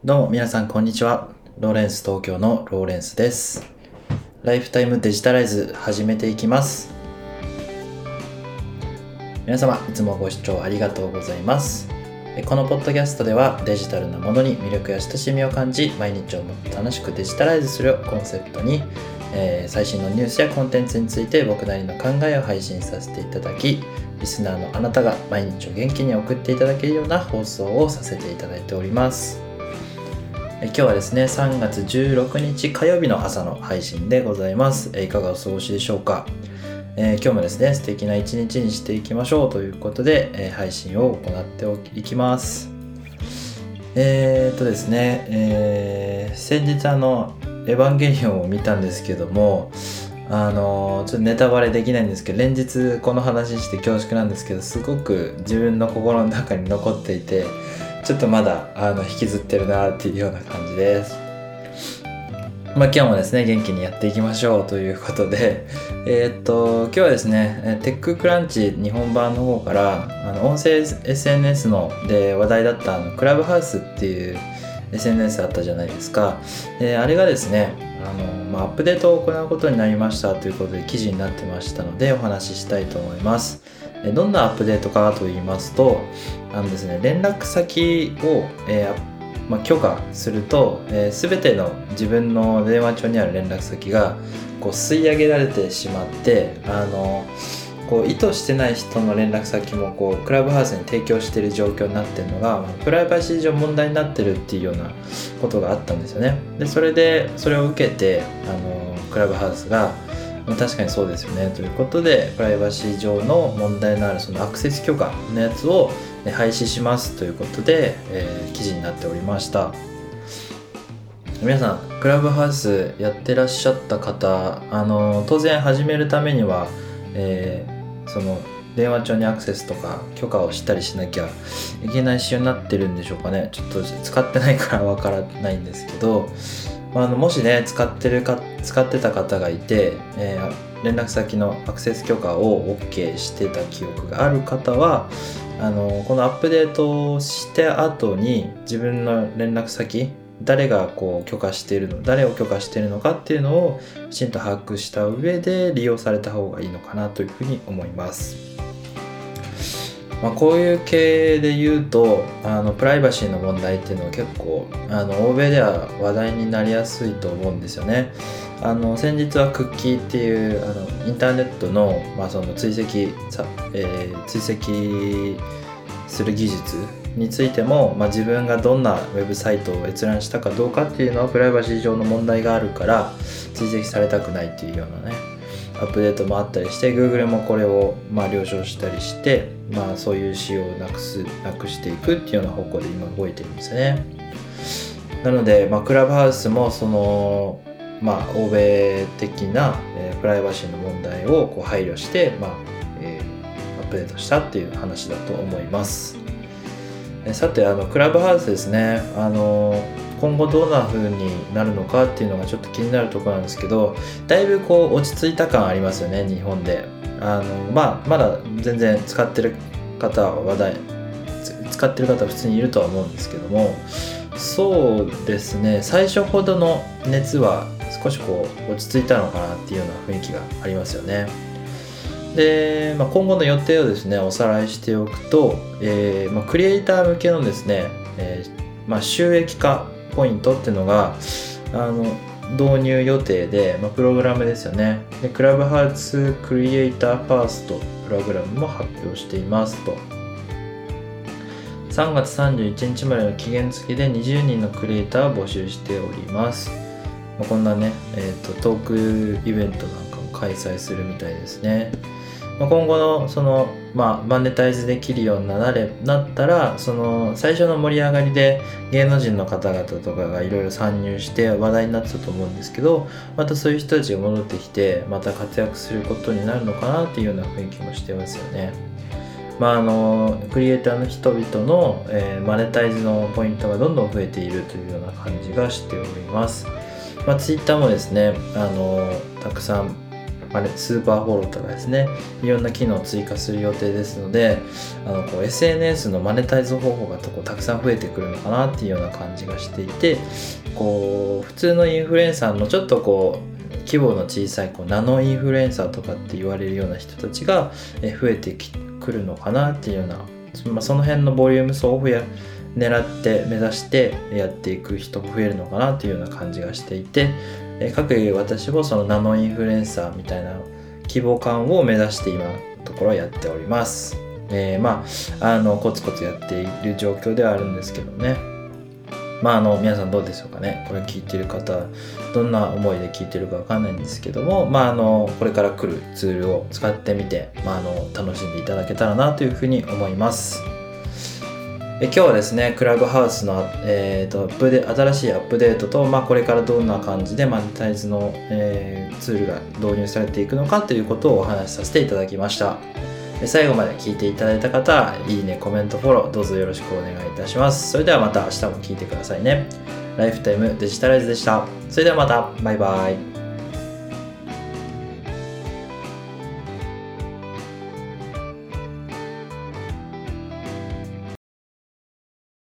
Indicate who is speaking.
Speaker 1: どうも皆さんこんにちは。ローレンス東京のローレンスです。ライフタイムデジタライズ始めていきます。皆様いつもご視聴ありがとうございます。このポッドキャストではデジタルなものに魅力や親しみを感じ、毎日をもっと楽しくデジタライズするコンセプトに、最新のニュースやコンテンツについて僕なりの考えを配信させていただき、リスナーのあなたが毎日を元気に送っていただけるような放送をさせていただいております。今日はですね、3月16日火曜日の朝の配信でございます。いかがお過ごしでしょうか。今日もですね、素敵な一日にしていきましょうということで、配信を行っていきます。ですね、先日エヴァンゲリオンを見たんですけども、ちょっとネタバレできないんですけど、連日この話して恐縮なんですけど、すごく自分の心の中に残っていて、ちょっとまだ引きずってるなっていうような感じです。今日もですね、元気にやっていきましょうということで、今日はですね、テッククランチ日本版の方から音声 SNS で話題だったクラブハウスっていう SNS あったじゃないですか。あれがですね、アップデートを行うことになりましたということで記事になってましたのでお話ししたいと思います。どんなアップデートかと言いますと、ですね、連絡先を、許可すると、全ての自分の電話帳にある連絡先がこう吸い上げられてしまって、意図してない人の連絡先もクラブハウスに提供している状況になっているのが、プライバシー上問題になってるっていうようなことがあったんですよね。でそれを受けてクラブハウスが確かにそうですよねということで、プライバシー上の問題のあるそのアクセス許可のやつを廃止しますということで、記事になっておりました。皆さんクラブハウスやってらっしゃった方、当然始めるためには、その電話帳にアクセスとか許可をしたりしなきゃいけない仕様になってるんでしょうかね。ちょっと使ってないからわからないんですけど、もしね使ってた方がいて、連絡先のアクセス許可を OK してた記憶がある方はこのアップデートをして後に自分の連絡先、誰を許可しているのかっていうのをきちんと把握した上で利用された方がいいのかなというふうに思います。こういう系で言うとプライバシーの問題っていうのは結構欧米では話題になりやすいと思うんですよね。先日はクッキーっていうインターネットの、その追跡する技術についても、自分がどんなウェブサイトを閲覧したかどうかっていうのはプライバシー上の問題があるから追跡されたくないっていうようなねアップデートもあったりして、 Google もこれを了承したりして、そういう仕様をなくしていくっていうような方向で今動いてるんですね。なので、クラブハウスもその欧米的な、プライバシーの問題を配慮して、アップデートしたっていう話だと思います。さてクラブハウスですね、今後どんな風になるのかっていうのがちょっと気になるところなんですけど、だいぶ落ち着いた感ありますよね、日本で。まだ全然使ってる方は普通にいるとは思うんですけども、そうですね、最初ほどの熱は少し落ち着いたのかなっていうような雰囲気がありますよね。で、今後の予定をですねおさらいしておくと、クリエイター向けのですね、収益化ポイントっていうのが導入予定で、プログラムですよね。でクラブハウスクリエイターファーストプログラムも発表していますと。3月31日までの期限付きで20人のクリエイターを募集しております。こんなね、トークイベントなんかも開催するみたいですね。今後のマネタイズできるようになったら、その最初の盛り上がりで芸能人の方々とかがいろいろ参入して話題になってたと思うんですけど、またそういう人たちが戻ってきてまた活躍することになるのかなっていうような雰囲気もしてますよね。クリエイターの人々の、マネタイズのポイントがどんどん増えているというような感じがしております。Twitter もですねたくさんスーパーフォローとかですね、いろんな機能を追加する予定ですので、SNS のマネタイズ方法がたくさん増えてくるのかなっていうような感じがしていて、普通のインフルエンサーのちょっと規模の小さいナノインフルエンサーとかって言われるような人たちが増えてくるのかなっていうような、その辺のボリューム層を狙って目指してやっていく人も増えるのかなというような感じがしていて、各私もそのナノインフルエンサーみたいな規模感を目指して今のところやっております。コツコツやっている状況ではあるんですけどね。皆さんどうでしょうかね。これ聞いてる方どんな思いで聞いてるかわかんないんですけども、これから来るツールを使ってみて、楽しんでいただけたらなというふうに思います。今日はですね、クラブハウスの、新しいアップデートと、これからどんな感じでマネタイズの、ツールが導入されていくのかということをお話しさせていただきました。最後まで聞いていただいた方、いいね、コメント、フォローどうぞよろしくお願いいたします。それではまた明日も聞いてくださいね。ライフタイムデジタライズでした。それではまた、バイバイ。